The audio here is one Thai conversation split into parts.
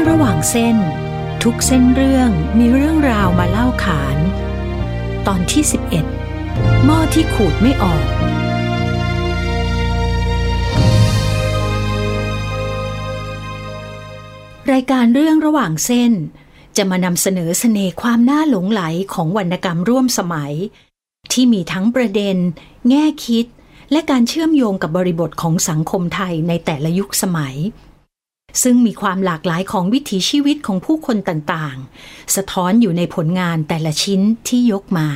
ระหว่างเส้นทุกเส้นเรื่องมีเรื่องราวมาเล่าขานตอนที่11หม้อที่ขูดไม่ออกรายการเรื่องระหว่างเส้นจะมานำเสนอเสน่ห์ความน่าหลงไหลของวรรณกรรมร่วมสมัยที่มีทั้งประเด็นแง่คิดและการเชื่อมโยงกับบริบทของสังคมไทยในแต่ละยุคสมัยซึ่งมีความหลากหลายของวิถีชีวิตของผู้คนต่างๆสะท้อนอยู่ในผลงานแต่ละชิ้นที่ยกมา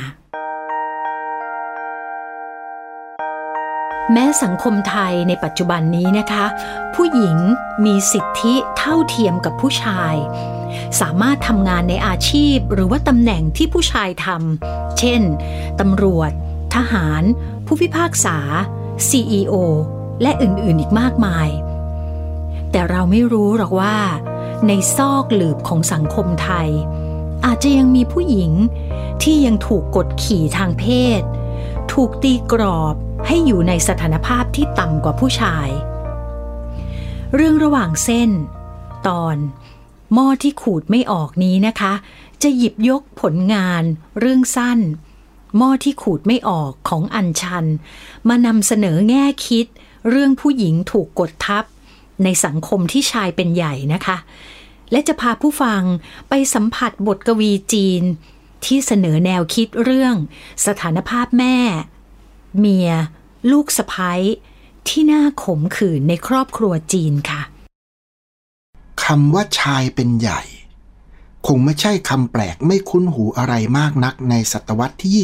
แม้สังคมไทยในปัจจุบันนี้นะคะผู้หญิงมีสิทธิเท่าเทียมกับผู้ชายสามารถทำงานในอาชีพหรือว่าตำแหน่งที่ผู้ชายทำเช่นตำรวจทหารผู้พิพากษา CEO และอื่นๆอีกมากมายแต่เราไม่รู้หรอกว่าในซอกหลืบของสังคมไทยอาจจะยังมีผู้หญิงที่ยังถูกกดขี่ทางเพศถูกตีกรอบให้อยู่ในสถานภาพที่ต่ำกว่าผู้ชายเรื่องระหว่างเส้นตอนหม้อที่ขูดไม่ออกนี้นะคะจะหยิบยกผลงานเรื่องสั้นหม้อที่ขูดไม่ออกของอัญชันมานำเสนอแง่คิดเรื่องผู้หญิงถูกกดทับในสังคมที่ชายเป็นใหญ่นะคะและจะพาผู้ฟังไปสัมผัสบทกวีจีนที่เสนอแนวคิดเรื่องสถานภาพแม่เมียลูกสะใภ้ที่น่าขมขื่นในครอบครัวจีนค่ะคำว่าชายเป็นใหญ่คงไม่ใช่คำแปลกไม่คุ้นหูอะไรมากนักในศตวรรษที่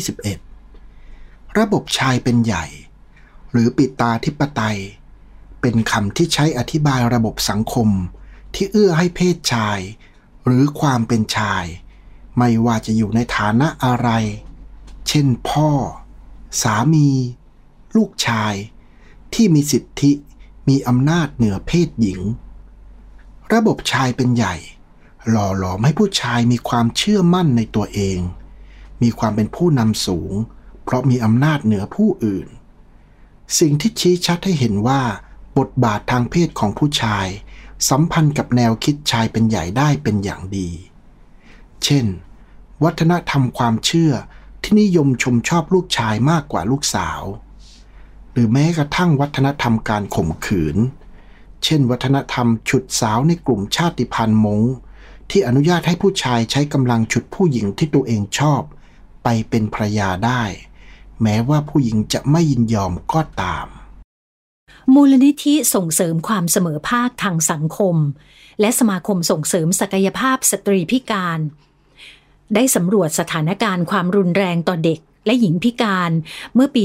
21ระบบชายเป็นใหญ่หรือปิตาธิปไตยเป็นคำที่ใช้อธิบายระบบสังคมที่เอื้อให้เพศชายหรือความเป็นชายไม่ว่าจะอยู่ในฐานะอะไรเช่นพ่อสามีลูกชายที่มีสิทธิมีอำนาจเหนือเพศหญิงระบบชายเป็นใหญ่หล่อหลอมให้ผู้ชายมีความเชื่อมั่นในตัวเองมีความเป็นผู้นำสูงเพราะมีอำนาจเหนือผู้อื่นสิ่งที่ชี้ชัดให้เห็นว่าบทบาททางเพศของผู้ชายสัมพันธ์กับแนวคิดชายเป็นใหญ่ได้เป็นอย่างดีเช่นวัฒนธรรมความเชื่อที่นิยมชมชอบลูกชายมากกว่าลูกสาวหรือแม้กระทั่งวัฒนธรรมการข่มขืนเช่นวัฒนธรรมฉุดสาวในกลุ่มชาติพันธุ์ม้งที่อนุญาตให้ผู้ชายใช้กำลังฉุดผู้หญิงที่ตัวเองชอบไปเป็นภรรยาได้แม้ว่าผู้หญิงจะไม่ยินยอมก็ตามมูลนิธิส่งเสริมความเสมอภาคทางสังคมและสมาคมส่งเสริมศักยภาพสตรีพิการได้สำรวจสถานการณ์ความรุนแรงต่อเด็กและหญิงพิการเมื่อปี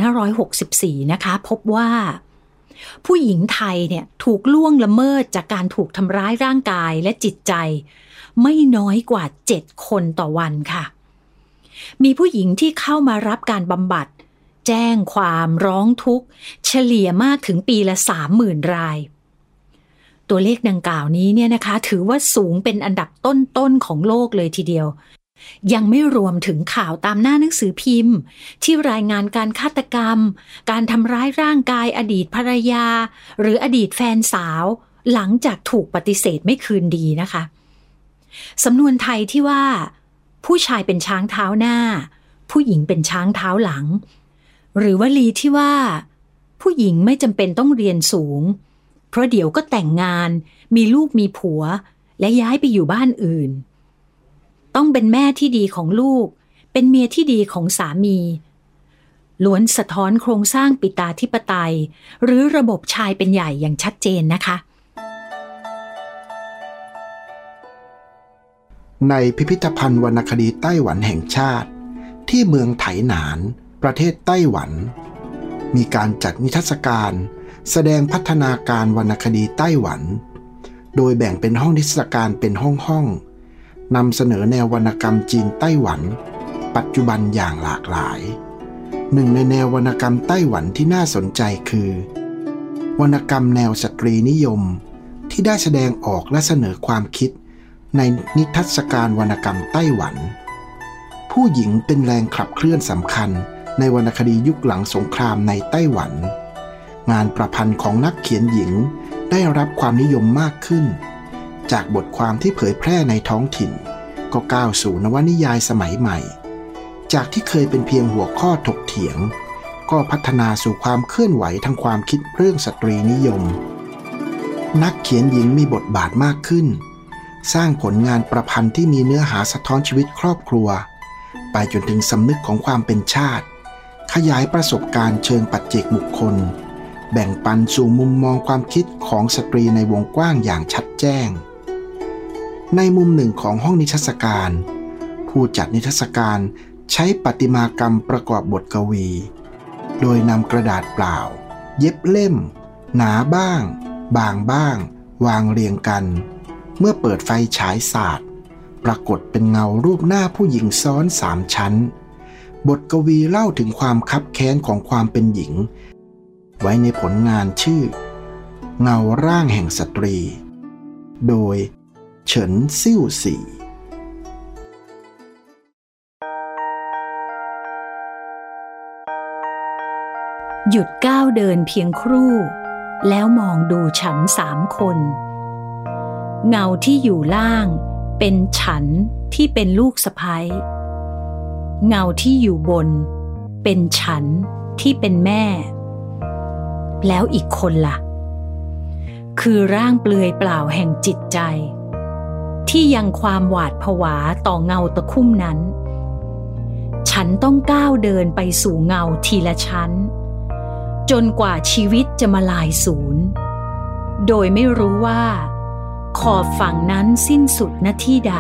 2564 นะคะพบว่าผู้หญิงไทยเนี่ยถูกล่วงละเมิดจากการถูกทำร้ายร่างกายและจิตใจไม่น้อยกว่า 7 คนต่อวันค่ะมีผู้หญิงที่เข้ามารับการบำบัดแจ้งความร้องทุกข์เฉลี่ยมากถึงปีละ 30,000 รายตัวเลขดังกล่าวนี้เนี่ยนะคะถือว่าสูงเป็นอันดับต้นๆของโลกเลยทีเดียวยังไม่รวมถึงข่าวตามหน้าหนังสือพิมพ์ที่รายงานการฆาตกรรมการทำร้ายร่างกายอดีตภรรยาหรืออดีตแฟนสาวหลังจากถูกปฏิเสธไม่คืนดีนะคะสำนวนไทยที่ว่าผู้ชายเป็นช้างเท้าหน้าผู้หญิงเป็นช้างเท้าหลังหรือวลีที่ว่าผู้หญิงไม่จำเป็นต้องเรียนสูงเพราะเดี๋ยวก็แต่งงานมีลูกมีผัวและย้ายไปอยู่บ้านอื่นต้องเป็นแม่ที่ดีของลูกเป็นเมียที่ดีของสามีล้วนสะท้อนโครงสร้างปิตาธิปไตยหรือระบบชายเป็นใหญ่อย่างชัดเจนนะคะในพิพิธภัณฑ์วรรณคดีไต้หวันแห่งชาติที่เมืองไถหนานประเทศไต้หวันมีการจัดนิทรรศการแสดงพัฒนาการวรรณคดีไต้หวันโดยแบ่งเป็นห้องนิทรรศการเป็นห้องนำเสนอแนววรรณกรรมจีนไต้หวันปัจจุบันอย่างหลากหลายหนึ่งในแนววรรณกรรมไต้หวันที่น่าสนใจคือวรรณกรรมแนวสตรีนิยมที่ได้แสดงออกและเสนอความคิดในนิทรรศการวรรณกรรมไต้หวันผู้หญิงเป็นแรงขับเคลื่อนสำคัญในวรรณคดียุคหลังสงครามในไต้หวันงานประพันธ์ของนักเขียนหญิงได้รับความนิยมมากขึ้นจากบทความที่เผยแพร่ในท้องถิ่นก็ก้าวสู่นวนิยายสมัยใหม่จากที่เคยเป็นเพียงหัวข้อถกเถียงก็พัฒนาสู่ความเคลื่อนไหวทางความคิดเรื่องสตรีนิยมนักเขียนหญิงมีบทบาทมากขึ้นสร้างผลงานประพันธ์ที่มีเนื้อหาสะท้อนชีวิตครอบครัวไปจนถึงสำนึกของความเป็นชาติขยายประสบการณ์เชิงปัจเจกบุคคลแบ่งปันสู่มุมมองความคิดของสตรีในวงกว้างอย่างชัดแจ้งในมุมหนึ่งของห้องนิทรรศการผู้จัดนิทรรศการใช้ประติมากรรมประกอบบทกวีโดยนำกระดาษเปล่าเย็บเล่มหนาบ้างบางบ้างวางเรียงกันเมื่อเปิดไฟฉายสาดปรากฏเป็นเงารูปหน้าผู้หญิงซ้อน3 ชั้นบทกวีเล่าถึงความคับแค้นของความเป็นหญิงไว้ในผลงานชื่อเงาร่างแห่งสตรีโดยเฉินซิ่วสี่หยุดก้าวเดินเพียงครู่แล้วมองดูฉัน3 คนเงาที่อยู่ล่างเป็นฉันที่เป็นลูกสะใภ้เงาที่อยู่บนเป็นฉันที่เป็นแม่แล้วอีกคนล่ะคือร่างเปลือยเปล่าแห่งจิตใจที่ยังความหวาดผวาต่อเงาตะคุ่มนั้นฉันต้องก้าวเดินไปสู่เงาทีละชั้นจนกว่าชีวิตจะมาลายสูญโดยไม่รู้ว่าขอบฝั่งนั้นสิ้นสุดณที่ใด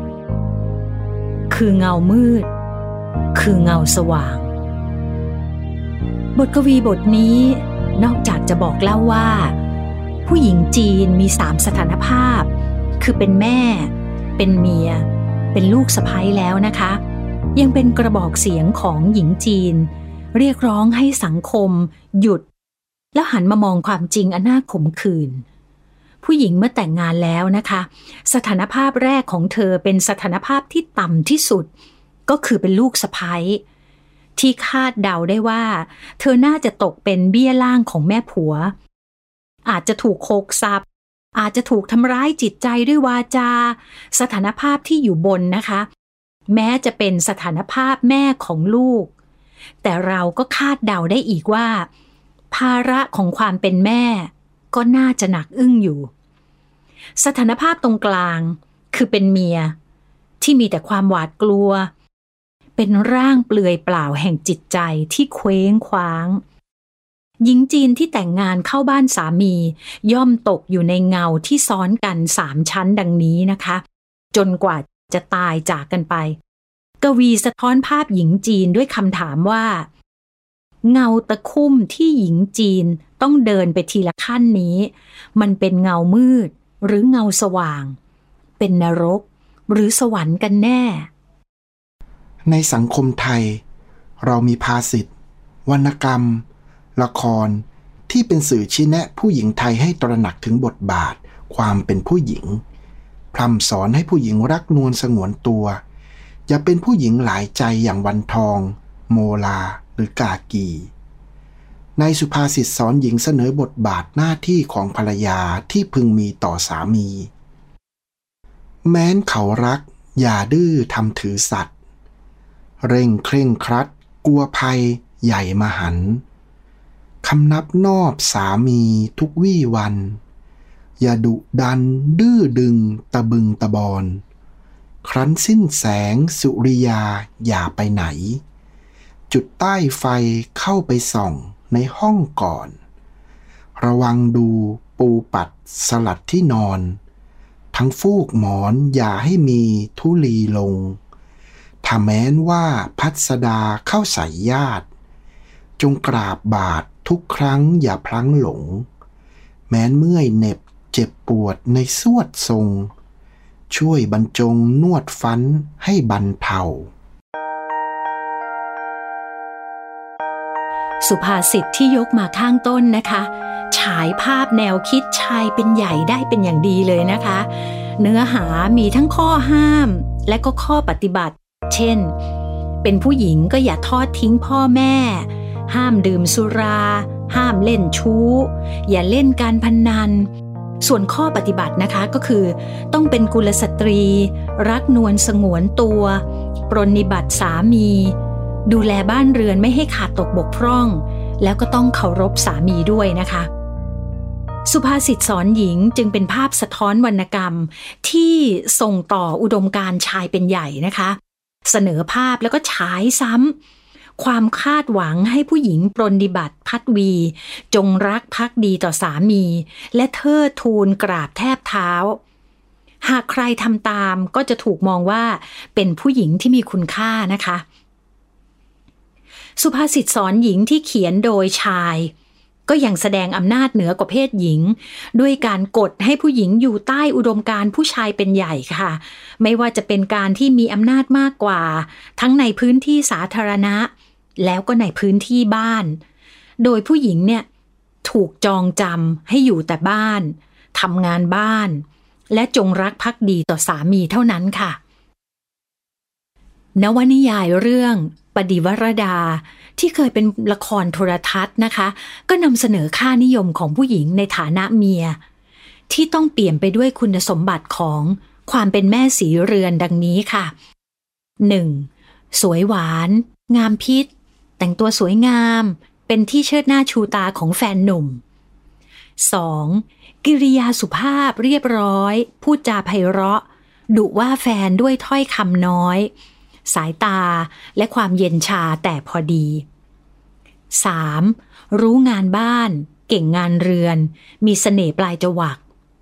คือเงามืดคือเงาสว่างบทกวีบทนี้นอกจากจะบอกเล่าว่าผู้หญิงจีนมี3 สถานภาพคือเป็นแม่เป็นเมียเป็นลูกสะใภ้แล้วนะคะยังเป็นกระบอกเสียงของหญิงจีนเรียกร้องให้สังคมหยุดแล้วหันมามองความจริงอันน่าขมขื่นผู้หญิงเมื่อแต่งงานแล้วนะคะสถานภาพแรกของเธอเป็นสถานภาพที่ต่ำที่สุดก็คือเป็นลูกสะใภ้ที่คาดเดาได้ว่าเธอน่าจะตกเป็นเบี้ยล่างของแม่ผัวอาจจะถูกโขกทรัพย์อาจจะถูกทำร้ายจิตใจด้วยวาจาสถานภาพที่อยู่บนนะคะแม้จะเป็นสถานภาพแม่ของลูกแต่เราก็คาดเดาได้อีกว่าภาระของความเป็นแม่ก็น่าจะหนักอึ้งอยู่สถานภาพตรงกลางคือเป็นเมียที่มีแต่ความหวาดกลัวเป็นร่างเปลือยเปล่าแห่งจิตใจที่เคว้งคว้างหญิงจีนที่แต่งงานเข้าบ้านสามีย่อมตกอยู่ในเงาที่ซ้อนกัน3 ชั้นดังนี้นะคะจนกว่าจะตายจากกันไปกวีสะท้อนภาพหญิงจีนด้วยคำถามว่าเงาตะคุ่มที่หญิงจีนต้องเดินไปทีละขั้นนี้มันเป็นเงามืดหรือเงาสว่างเป็นนรกหรือสวรรค์กันแน่ในสังคมไทยเรามีภาษิตวรรณกรรมละครที่เป็นสื่อชี้แนะผู้หญิงไทยให้ตระหนักถึงบทบาทความเป็นผู้หญิงพร่ำสอนให้ผู้หญิงรักนวลสงวนตัวอย่าเป็นผู้หญิงหลายใจอย่างวันทองโมลาหรือกากีในสุภาษิตสอนหญิงเสนอบทบาทหน้าที่ของภรรยาที่พึงมีต่อสามีแม้นเขารักอย่าดื้อทำถือสัตว์เร่งเคร่งครัดกลัวภัยใหญ่มหันต์คำนับนอบสามีทุกวี่วันอย่าดุดันดื้อดึงตะบึงตะบอนครั้นสิ้นแสงสุริยาอย่าไปไหนจุดใต้ไฟเข้าไปส่องในห้องก่อนระวังดูปูปัดสลัดที่นอนทั้งฟูกหมอนอย่าให้มีธุลีลงถ้าแม้นว่าพัสดาเข้าใส่ญาติจงกราบบาททุกครั้งอย่าพลั้งหลงแม้นเมื่อยเหน็บเจ็บปวดในสวดทรงช่วยบรรจงนวดฟันให้บรรเทาสุภาษิตที่ยกมาข้างต้นนะคะฉายภาพแนวคิดชายเป็นใหญ่ได้เป็นอย่างดีเลยนะคะเนื้อหามีทั้งข้อห้ามและก็ข้อปฏิบัติเช่นเป็นผู้หญิงก็อย่าทอดทิ้งพ่อแม่ห้ามดื่มสุราห้ามเล่นชู้อย่าเล่นการพนันส่วนข้อปฏิบัตินะคะก็คือต้องเป็นกุลสตรีรักนวลสงวนตัวปรนนิบัติสามีดูแลบ้านเรือนไม่ให้ขาดตกบกพร่องแล้วก็ต้องเคารพสามีด้วยนะคะสุภาษิตสอนหญิงจึงเป็นภาพสะท้อนวรรณกรรมที่ส่งต่ออุดมการณ์ชายเป็นใหญ่นะคะเสนอภาพแล้วก็ฉายซ้ำความคาดหวังให้ผู้หญิงปรนนิบัติพัดวีจงรักภักดีต่อสามีและเทิดทูนกราบแทบเท้าหากใครทำตามก็จะถูกมองว่าเป็นผู้หญิงที่มีคุณค่านะคะสุภาษิตสอนหญิงที่เขียนโดยชายก็ยังแสดงอำนาจเหนือกว่าเพศหญิงด้วยการกดให้ผู้หญิงอยู่ใต้อุดมการณ์ผู้ชายเป็นใหญ่ค่ะไม่ว่าจะเป็นการที่มีอำนาจมากกว่าทั้งในพื้นที่สาธารณะแล้วก็ในพื้นที่บ้านโดยผู้หญิงเนี่ยถูกจองจำให้อยู่แต่บ้านทำงานบ้านและจงรักภักดีต่อสามีเท่านั้นค่ะนวนิยายเรื่องปฏิวรดาที่เคยเป็นละครโทรทัศน์นะคะก็นำเสนอค่านิยมของผู้หญิงในฐานะเมียที่ต้องเปลี่ยนไปด้วยคุณสมบัติของความเป็นแม่ศรีเรือนดังนี้ค่ะ 1. สวยหวานงามพิษแต่งตัวสวยงามเป็นที่เชิดหน้าชูตาของแฟนหนุ่ม 2. กิริยาสุภาพเรียบร้อยพูดจาไพเราะดุว่าแฟนด้วยถ้อยคำน้อยสายตาและความเย็นชาแต่พอดี 3. รู้งานบ้านเก่งงานเรือนมีเสน่ห์ปลายจวัก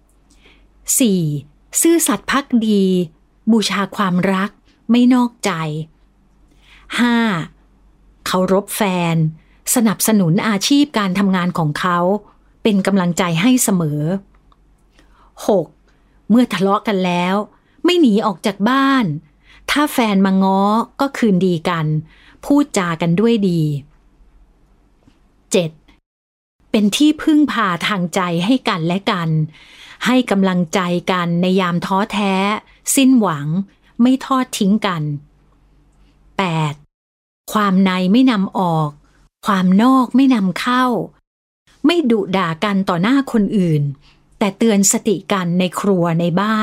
4. ซื่อสัตย์ภักดีบูชาความรักไม่นอกใจ 5. เคารพแฟนสนับสนุนอาชีพการทำงานของเขาเป็นกำลังใจให้เสมอ 6. เมื่อทะเลาะกันแล้วไม่หนีออกจากบ้านถ้าแฟนมาง้อก็คืนดีกันพูดจากันด้วยดี 7. เป็นที่พึ่งพาทางใจให้กันและกันให้กำลังใจกันในยามท้อแท้สิ้นหวังไม่ทอดทิ้งกัน 8. ความในไม่นำออกความนอกไม่นำเข้าไม่ดุด่ากันต่อหน้าคนอื่นแต่เตือนสติกันในครัวในบ้าน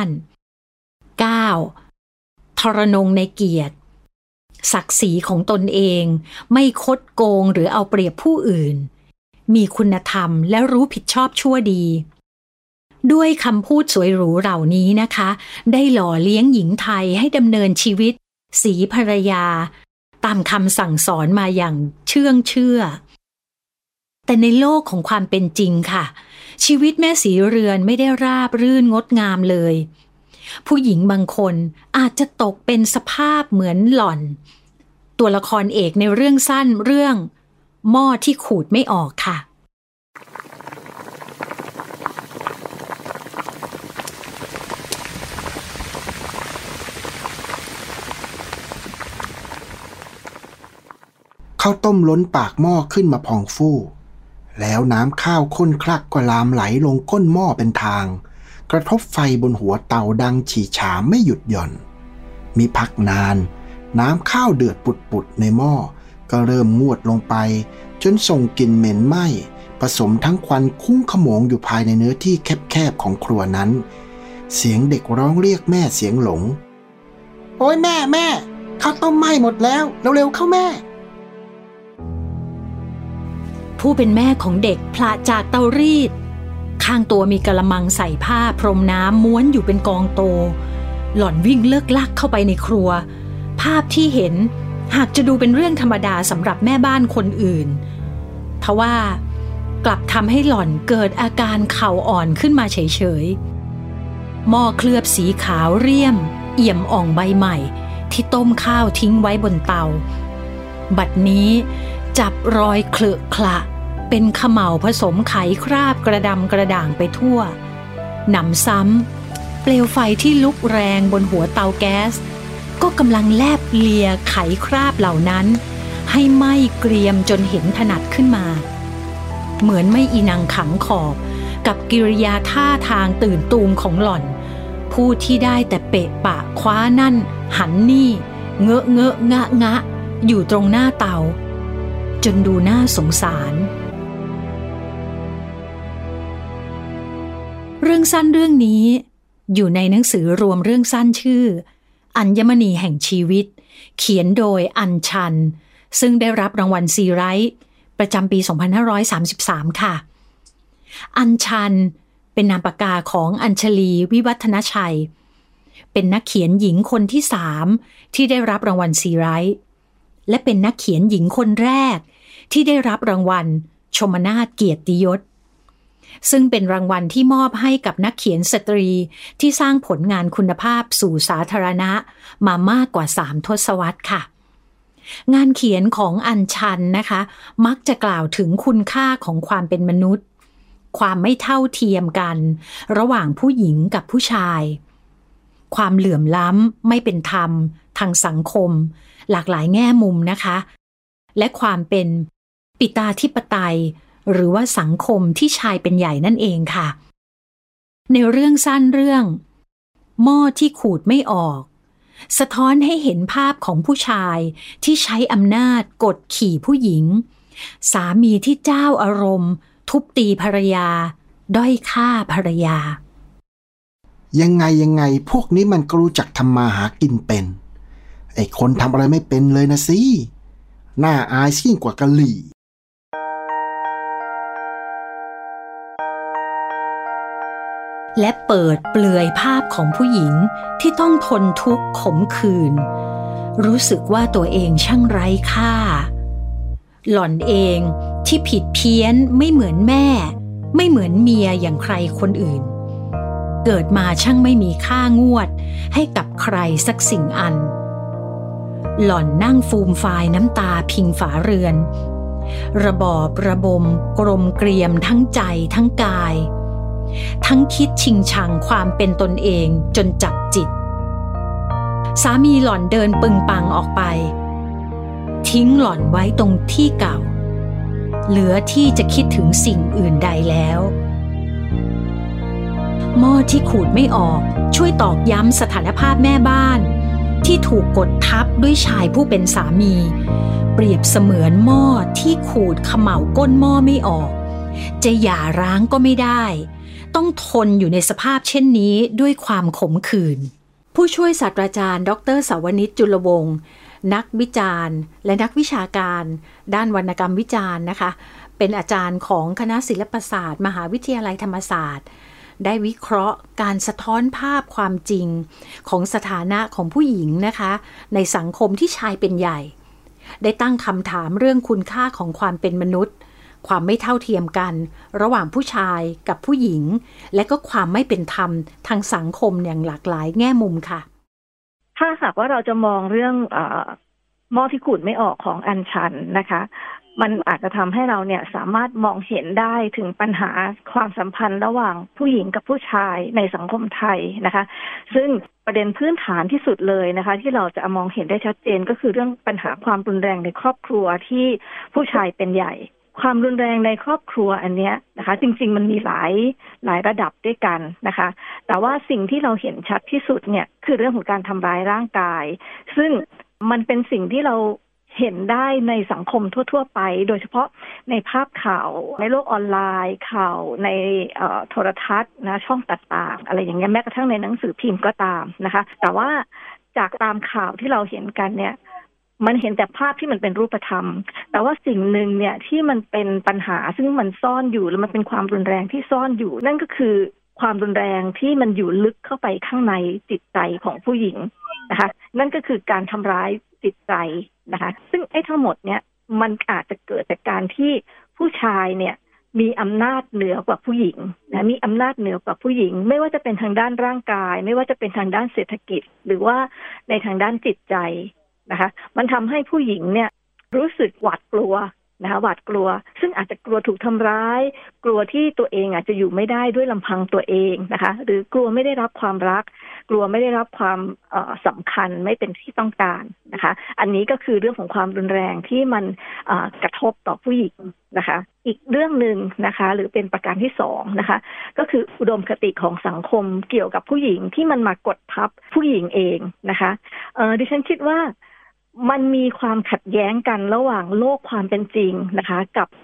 9. ทรนงในเกียรติศักดิ์ศรีของตนเองไม่คดโกงหรือเอาเปรียบผู้อื่นมีคุณธรรมและรู้ผิดชอบชั่วดีด้วยคำพูดสวยหรูเหล่านี้นะคะได้หล่อเลี้ยงหญิงไทยให้ดำเนินชีวิตศรีภรรยาตามคำสั่งสอนมาอย่างเชื่อแต่ในโลกของความเป็นจริงค่ะชีวิตแม่ศรีเรือนไม่ได้ราบรื่นงดงามเลยผู้หญิงบางคนอาจจะตกเป็นสภาพเหมือนหล่อนตัวละครเอกในเรื่องสั้นเรื่องหม้อที่ขูดไม่ออกค่ะข้าวต้มล้นปากหม้อขึ้นมาพองฟู่แล้วน้ำข้าวข้นคลักก็ลามไหลลงก้นหม้อเป็นทางกระทบไฟบนหัวเตาดังฉี่ฉามไม่หยุดหย่อนมีพักนานน้ำข้าวเดือดปุดๆในหม้อก็เริ่มงวดลงไปจนส่งกลิ่นเหม็นไหม้ผสมทั้งควันคุ้งขโมงอยู่ภายในเนื้อที่แคบๆของครัวนั้นเสียงเด็กร้องเรียกแม่เสียงหลงโอ๊ยแม่ข้าวต้มไหม้หมดแล้วเร็วๆเข้าแม่ผู้เป็นแม่ของเด็กพละจากเตารีดข้างตัวมีกระมังใส่ผ้าพรมน้ำม้วนอยู่เป็นกองโตหล่อนวิ่งเลิกลักเข้าไปในครัวภาพที่เห็นหากจะดูเป็นเรื่องธรรมดาสำหรับแม่บ้านคนอื่นทว่ากลับทำให้หล่อนเกิดอาการเข่าอ่อนขึ้นมาเฉยๆหม้อเคลือบสีขาวเรียมเอี่ยมอ่องใบใหม่ที่ต้มข้าวทิ้งไว้บนเตาบัดนี้จับรอยเคลอะคละเป็นเขม่าผสมไขคราบกระดำกระด่างไปทั่วหนำซ้ำเปลวไฟที่ลุกแรงบนหัวเตาแก๊สก็กำลังแลบเลียไขคราบเหล่านั้นให้ไหม้เกรียมจนเห็นถนัดขึ้นมาเหมือนไม่อีนังขังขอบกับกิริยาท่าทางตื่นตูมของหล่อนผู้ที่ได้แต่เปะปะคว้านั่นหันนี่เงอะเงอะงะงะอยู่ตรงหน้าเตาจนดูน่าสงสารเรื่องสั้นเรื่องนี้อยู่ในหนังสือรวมเรื่องสั้นชื่ออัญมณีแห่งชีวิตเขียนโดยอัญชันซึ่งได้รับรางวัลซีไรท์ประจำปี 2533 ค่ะอัญชันเป็นนามปากกาของอัญชลีวิวัฒนชัยเป็นนักเขียนหญิงคนที่3ที่ได้รับรางวัลซีไรท์และเป็นนักเขียนหญิงคนแรกที่ได้รับรางวัลชมนาถเกียรติยศซึ่งเป็นรางวัลที่มอบให้กับนักเขียนสตรีที่สร้างผลงานคุณภาพสู่สาธารณะมามากกว่า3 ทศวรรษค่ะงานเขียนของอัญชันนะคะมักจะกล่าวถึงคุณค่าของความเป็นมนุษย์ความไม่เท่าเทียมกันระหว่างผู้หญิงกับผู้ชายความเหลื่อมล้ำไม่เป็นธรรมทางสังคมหลากหลายแง่มุมนะคะและความเป็นปิตาธิปไตยหรือว่าสังคมที่ชายเป็นใหญ่นั่นเองค่ะในเรื่องสั้นเรื่องหม้อที่ขูดไม่ออกสะท้อนให้เห็นภาพของผู้ชายที่ใช้อำนาจกดขี่ผู้หญิงสามีที่เจ้าอารมณ์ทุบตีภรรยาด้อยค่าภรรยายังไงพวกนี้มันก็รู้จักทำมาหากินเป็นไอ้คนทำอะไรไม่เป็นเลยนะสิน่าอายยิ่งกว่ากะหรี่และเปิดเปลือยภาพของผู้หญิงที่ต้องทนทุกข์ขมขื่นรู้สึกว่าตัวเองช่างไร้ค่าหล่อนเองที่ผิดเพี้ยนไม่เหมือนแม่ไม่เหมือนเมียอย่างใครคนอื่นเกิดมาช่างไม่มีค่างวดให้กับใครสักสิ่งอันหล่อนนั่งฟูมฟายน้ำตาพิงฝาเรือนระบอบระบมกลมเกลียมทั้งใจทั้งกายทั้งคิดชิงชังความเป็นตนเองจนจับจิตสามีหล่อนเดินปึงปังออกไปทิ้งหล่อนไว้ตรงที่เก่าเหลือที่จะคิดถึงสิ่งอื่นใดแล้วหม้อที่ขูดไม่ออกช่วยตอกย้ำสถานภาพแม่บ้านที่ถูกกดทับด้วยชายผู้เป็นสามีเปรียบเสมือนหม้อที่ขูดเขม่าก้นหม้อไม่ออกจะหย่าร้างก็ไม่ได้ต้องทนอยู่ในสภาพเช่นนี้ด้วยความขมขื่นผู้ช่วยศาสตราจารย์ดร.สาวนิช จุลวงศ์นักวิจารณ์และนักวิชาการด้านวรรณกรรมวิจารณ์นะคะเป็นอาจารย์ของคณะศิลปศาสตร์มหาวิทยาลัยธรรมศาสตร์ได้วิเคราะห์การสะท้อนภาพความจริงของสถานะของผู้หญิงนะคะในสังคมที่ชายเป็นใหญ่ได้ตั้งคำถามเรื่องคุณค่าของความเป็นมนุษย์ความไม่เท่าเทียมกันระหว่างผู้ชายกับผู้หญิงและก็ความไม่เป็นธรรมทางสังคมอย่างหลากหลายแง่มุมค่ะถ้าหากว่าเราจะมองเรื่องหม้อที่ขูดไม่ออกของอัญชันนะคะมันอาจจะทำให้เราเนี่ยสามารถมองเห็นได้ถึงปัญหาความสัมพันธ์ระหว่างผู้หญิงกับผู้ชายในสังคมไทยนะคะซึ่งประเด็นพื้นฐานที่สุดเลยนะคะที่เราจะมองเห็นได้ชัดเจนก็คือเรื่องปัญหาความรุนแรงในครอบครัวที่ผู้ชายเป็นใหญ่ความรุนแรงในครอบครัวอันเนี้ยนะคะจริงๆมันมีหลายระดับด้วยกันนะคะแต่ว่าสิ่งที่เราเห็นชัดที่สุดเนี่ยคือเรื่องของการทำร้ายร่างกายซึ่งมันเป็นสิ่งที่เราเห็นได้ในสังคมทั่วๆไปโดยเฉพาะในภาพข่าวในโลกออนไลน์ข่าวในโทรทัศน์นะช่องต่างๆอะไรอย่างเงี้ยแม้กระทั่งในหนังสือพิมพ์ก็ตามนะคะแต่ว่าจากตามข่าวที่เราเห็นกันเนี่ยมันเห็นแต่ภาพที่มันเป็นรูปธรรมแต่ว่าสิ่งหนึ่งเนี่ยที่มันเป็นปัญหาซึ่งมันซ่อนอยู่แล้วมันเป็นความรุนแรงที่ซ่อนอยู่นั่นก็คือความรุนแรงที่มันอยู่ลึกเข้าไปข้างในจิตใจของผู้หญิงนะคะนั่นก็คือการทำร้ายจิตใจนะคะซึ่งไอ้ทั้งหมดเนี่ยมันอาจจะเกิดจากการที่ผู้ชายเนี่ยมีอำนาจเหนือกว่าผู้หญิงนะมีอำนาจเหนือกว่าผู้หญิงไม่ว่าจะเป็นทางด้านร่างกายไม่ว่าจะเป็นทางด้านเศรษฐกิจหรือว่าในทางด้านจิตใจนะคะมันทำให้ผู้หญิงเนี่ยรู้สึกหวาดกลัวนะคะหวาดกลัวซึ่งอาจจะกลัวถูกทำร้ายกลัวที่ตัวเองอาจจะอยู่ไม่ได้ด้วยลำพังตัวเองนะคะหรือกลัวไม่ได้รับความรักกลัวไม่ได้รับความสำคัญไม่เป็นที่ต้องการนะคะอันนี้ก็คือเรื่องของความรุนแรงที่มันกระทบต่อผู้หญิงนะคะอีกเรื่องนึงนะคะหรือเป็นประการที่สองนะคะก็คืออุดมคติของสังคมเกี่ยวกับผู้หญิงที่มันมากดทับผู้หญิงเองนะคะดิฉันคิดว่ามันมีความขัดแย้งกันระหว่างโลกความเป็นจริงนะคะกับ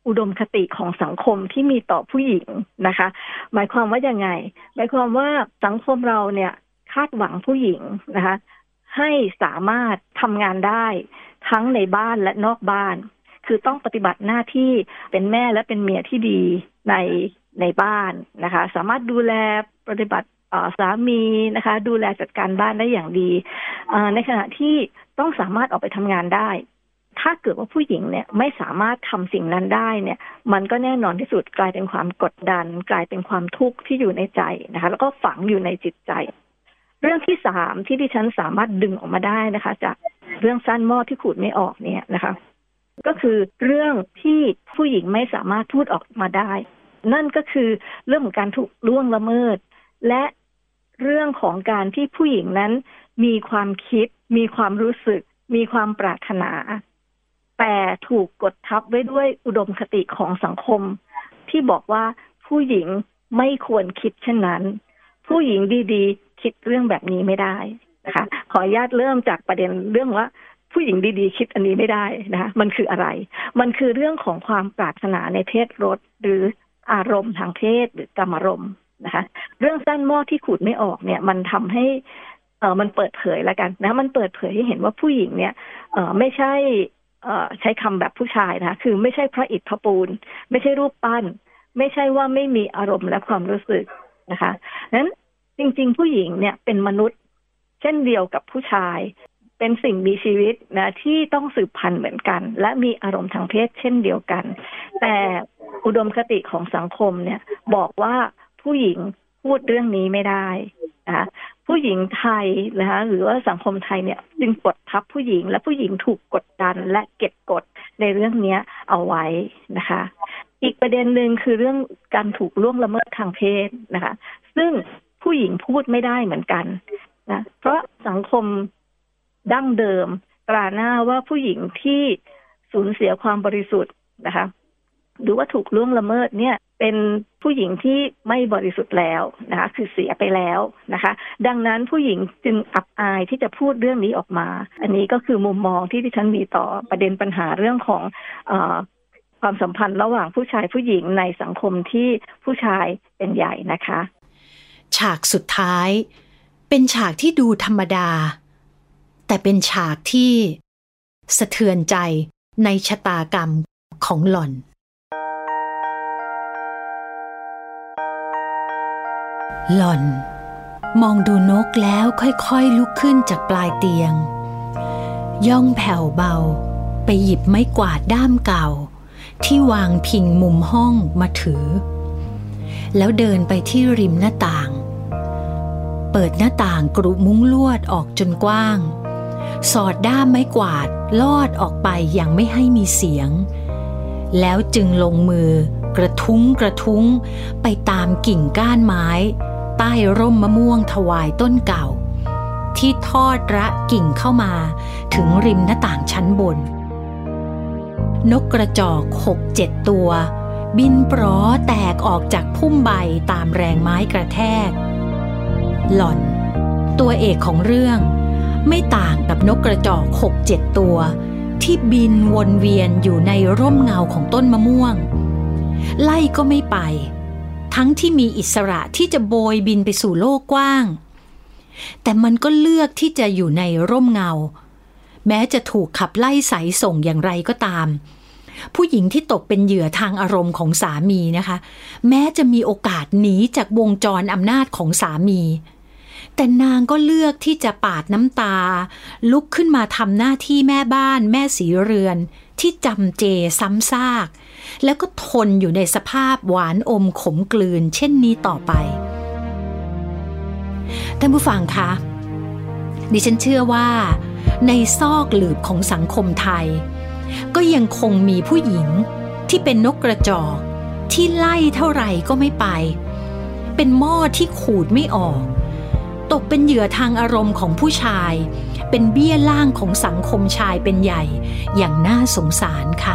อุดมคติของสังคมที่มีต่อผู้หญิงนะคะหมายความว่ายังไงหมายความว่าสังคมเราเนี่ยคาดหวังผู้หญิงนะคะให้สามารถทำงานได้ทั้งในบ้านและนอกบ้านคือต้องปฏิบัติหน้าที่เป็นแม่และเป็นเมียที่ดีในบ้านนะคะสามารถดูแลปฏิบัติสามีนะคะดูแลจัดการบ้านได้อย่างดีในขณะที่ต้องสามารถออกไปทำงานได้ถ้าเกิดว่าผู้หญิงเนี่ยไม่สามารถทำสิ่งนั้นได้เนี่ยมันก็แน่นอนที่สุดกลายเป็นความกดดันกลายเป็นความทุกข์ที่อยู่ในใจนะคะแล้วก็ฝังอยู่ในจิตใจเรื่องที่3ที่ดิฉันสามารถดึงออกมาได้นะคะจากเรื่องสั้นหม้อที่ขูดไม่ออกเนี่ยนะคะก็คือเรื่องที่ผู้หญิงไม่สามารถพูดออกมาได้นั่นก็คือเรื่องของการถูกล่วงละเมิดและเรื่องของการที่ผู้หญิงนั้นมีความคิดมีความรู้สึกมีความปรารถนาแต่ถูกกดทับไว้ด้วยอุดมคติของสังคมที่บอกว่าผู้หญิงไม่ควรคิดเช่นนั้นผู้หญิงดีๆคิดเรื่องแบบนี้ไม่ได้นะคะขออนุญาตเริ่มจากประเด็นเรื่องว่าผู้หญิงดีๆคิดอันนี้ไม่ได้นะคะมันคืออะไรมันคือเรื่องของความปรารถนาในเพศรสหรืออารมณ์ทางเพศหรือกามารมณ์นะคะเรื่องสั้นหม้อที่ขูดไม่ออกเนี่ยมันทำให้มันเปิดเผยแล้วกันนะมันเปิดเผยให้เห็นว่าผู้หญิงเนี่ยไม่ใช่ใช้คำแบบผู้ชายนะคือไม่ใช่พระอิฐพระปูนไม่ใช่รูปปั้นไม่ใช่ว่าไม่มีอารมณ์และความรู้สึกนะคะนั้นจริงๆผู้หญิงเนี่ยเป็นมนุษย์เช่นเดียวกับผู้ชายเป็นสิ่งมีชีวิตนะที่ต้องสืบพันธุ์เหมือนกันและมีอารมณ์ทางเพศเช่นเดียวกันแต่อุดมคติของสังคมเนี่ยบอกว่าผู้หญิงพูดเรื่องนี้ไม่ได้นะคะผู้หญิงไทยนะคะหรือว่าสังคมไทยเนี่ยจึงกดทับผู้หญิงและผู้หญิงถูกกดดันและเก็บกดในเรื่องนี้เอาไว้นะคะอีกประเด็นหนึ่งคือเรื่องการถูกล่วงละเมิดทางเพศนะคะซึ่งผู้หญิงพูดไม่ได้เหมือนกันนะเพราะสังคมดั้งเดิมตราหน้าว่าผู้หญิงที่สูญเสียความบริสุทธิ์นะคะหรือว่าถูกล่วงละเมิดเนี่ยเป็นผู้หญิงที่ไม่บริสุทธิ์แล้วนะคะคือเสียไปแล้วนะคะดังนั้นผู้หญิงจึงอับอายที่จะพูดเรื่องนี้ออกมาอันนี้ก็คือมุมมองที่ดิฉันมีต่อประเด็นปัญหาเรื่องของความสัมพันธ์ระหว่างผู้ชายผู้หญิงในสังคมที่ผู้ชายเป็นใหญ่นะคะฉากสุดท้ายเป็นฉากที่ดูธรรมดาแต่เป็นฉากที่สะเทือนใจในชะตากรรมของหล่อนหล่อนมองดูนกแล้วค่อยๆลุกขึ้นจากปลายเตียงย่องแผ่วเบาไปหยิบไม้กวาดด้ามเก่าที่วางพิงมุมห้องมาถือแล้วเดินไปที่ริมหน้าต่างเปิดหน้าต่างกรุมุ้งลวดออกจนกว้างสอดด้ามไม้กวาดลอดออกไปอย่างไม่ให้มีเสียงแล้วจึงลงมือกระทุ้งไปตามกิ่งก้านไม้ใต้ร่มมะม่วงถวายต้นเก่าที่ทอดระกิ่งเข้ามาถึงริมหน้าต่างชั้นบนนกกระจอก 6-7 ตัวบินปลอแตกออกจากพุ่มใบตามแรงไม้กระแทกหล่อนตัวเอกของเรื่องไม่ต่างกับนกกระจอก 6-7 ตัวที่บินวนเวียนอยู่ในร่มเงาของต้นมะม่วงไล่ก็ไม่ไปทั้งที่มีอิสระที่จะโบยบินไปสู่โลกกว้างแต่มันก็เลือกที่จะอยู่ในร่มเงาแม้จะถูกขับไล่ไสส่งอย่างไรก็ตามผู้หญิงที่ตกเป็นเหยื่อทางอารมณ์ของสามีนะคะแม้จะมีโอกาสหนีจากวงจรอำนาจของสามีแต่นางก็เลือกที่จะปาดน้ำตาลุกขึ้นมาทำหน้าที่แม่บ้านแม่ศรีเรือนที่จำเจซ้ำซากแล้วก็ทนอยู่ในสภาพหวานอมขมกลืนเช่นนี้ต่อไปท่านผู้ฟังคะดิฉันเชื่อว่าในซอกหลืบของสังคมไทยก็ยังคงมีผู้หญิงที่เป็นนกกระจอกที่ไล่เท่าไหร่ก็ไม่ไปเป็นหม้อที่ขูดไม่ออกตกเป็นเหยื่อทางอารมณ์ของผู้ชายเป็นเบี้ยล่างของสังคมชายเป็นใหญ่อย่างน่าสงสารค่ะ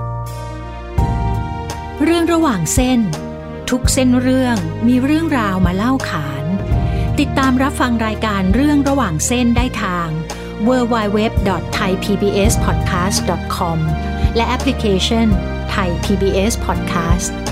เรื่องระหว่างเส้นทุกเส้นเรื่องมีเรื่องราวมาเล่าขานติดตามรับฟังรายการเรื่องระหว่างเส้นได้ทาง www.thaipbspodcast.com และแอปพลิเคชันไทย PBS Podcast